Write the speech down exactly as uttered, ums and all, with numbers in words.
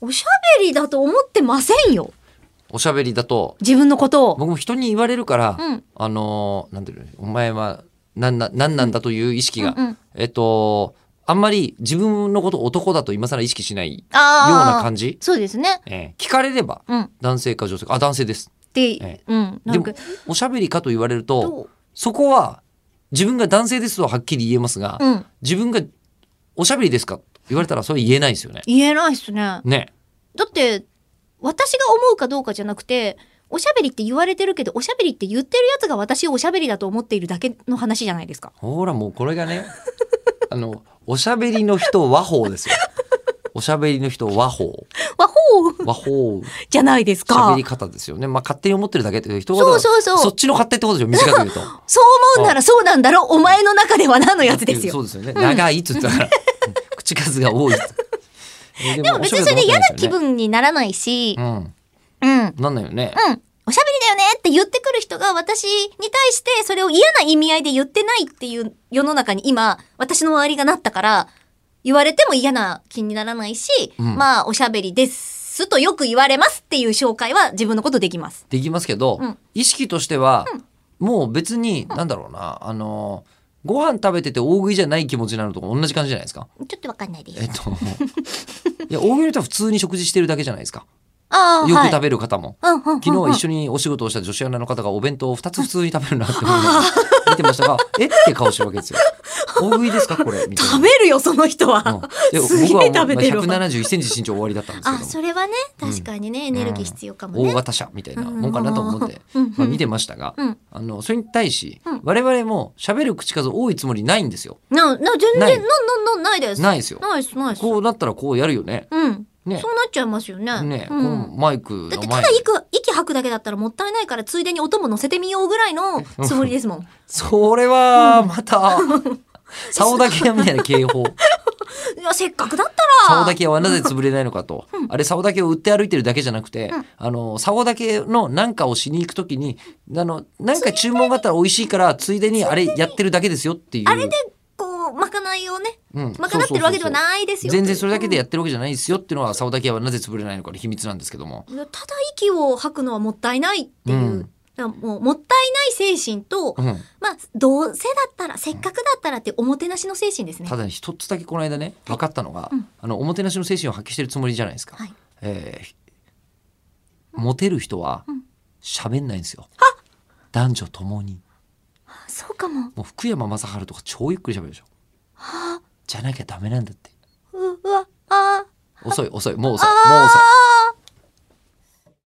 おしゃべりだと思ってませんよ。 おしゃべりだと自分のことを。 僕も人に言われるから、 うん、 あのー、なんていうの、お前は何な、何なんだという意識が、 うんうん、 えっとあんまり自分のことを男だと今更意識しないようあな感じ。 そうですね、 えー、聞かれれば、 うん、 男性か女性か、あ男性ですで、 えうん、なんかでもおしゃべりかと言われるととそこは自分が男性ですとははっきり言えますが、 うん、 自分がおしゃべりですかと言われたらそれ言えないですよね。 言えないっすね。 ね。 だって私が思うかどうかじゃなくて、おしゃべりって言われてるけど、おしゃべりって言ってるやつが私をおしゃべりだと思っているだけの話じゃないですか。 ほらもうこれがねあのおしゃべりの人和法ですよ。おしゃべりの人和法わほう和法じゃないですか。 喋り方ですよね。まあ勝手に思ってるだけって人そうそうそうそっちの勝手ってことですよ。短く言うとそう思うならそうなんだろう、お前の中では何のやつですよ。 そうですよね。長いっつったから口数が多いっつえーでも別にそれで嫌な気分にならないし、 うん、 うん、うん、 なんないよね。 おしゃべりだよねって言ってくる人が私に対してそれを嫌な意味合いで言ってないっていう世の中に今私の周りがなったから、言われても嫌な気にならないし、うん、まあおしゃべりですとよく言われますっていう紹介は自分のことできます。 できますけど、うん、意識としては、うん、もう別に、うん、なんだろうな、あのご飯食べてて大食いじゃない気持ちになるとか同じ感じじゃないですか。 ちょっとわかんないです。 えっといや大食いの人は普通に食事してるだけじゃないですか。 あよく食べる方も、 はい、 昨日は一緒にお仕事をした女子アナの方がお弁当をふたつ普通に食べるなって見てましたがえって顔してるわけですよ。大食いですかこれみたいな。 食べるよその人は、うん、すげえ食べてるわ。 僕はひゃくななじゅういちセンチ身長終わりだったんですけど、 あそれはね確かにね、うん、エネルギー必要かもね、 大型車みたいなもんかなと思って、 うんまあ、見てましたが、うん、あのそれに対し、うん、我々も喋る口数多いつもりないんですよ。 なな全然ないなななないですないですよ。 ないですないです。 こうなったらこうやるよね。 うんね、 そうなっちゃいますよね。 ね、 うん、 このマイクの前だってただ息息吐くだけだったらもったいないからついでに音も乗せてみようぐらいのつもりですもん。 それはまた、うん、竿だけ屋みたいな警報。 いやせっかくだったら竿だけ屋はなぜ潰れないのかと、うん、あれ竿だけを売って歩いてるだけじゃなくて、うん、あの竿だけの何かをしに行くときにあの何か注文があったら美味しいからついでにあれやってるだけですよっていう。 あれでこうまかないをね、うん、まかなってるわけではないですよ。 全然それだけでやってるわけじゃないですよっていうのは竿だけ屋はなぜ潰れないのかの秘密なんですけども、 ただ息を吐くのはもったいないっていう、うん、だからもうもったいない精神と、うん、まあどうせだったらせっかくだったらっていうおもてなしの精神ですね。 ただ一つだけこの間ね分かったのが、はい、あのおもてなしの精神を発揮してるつもりじゃないですか、はい、えー、モテる人は喋んないんですよ、うん、男女ともに。 そうかも。 もう福山雅治とか超ゆっくり喋るでしょ。はあ、じゃなきゃダメなんだって。 うわあ遅い遅いもう遅いもう遅い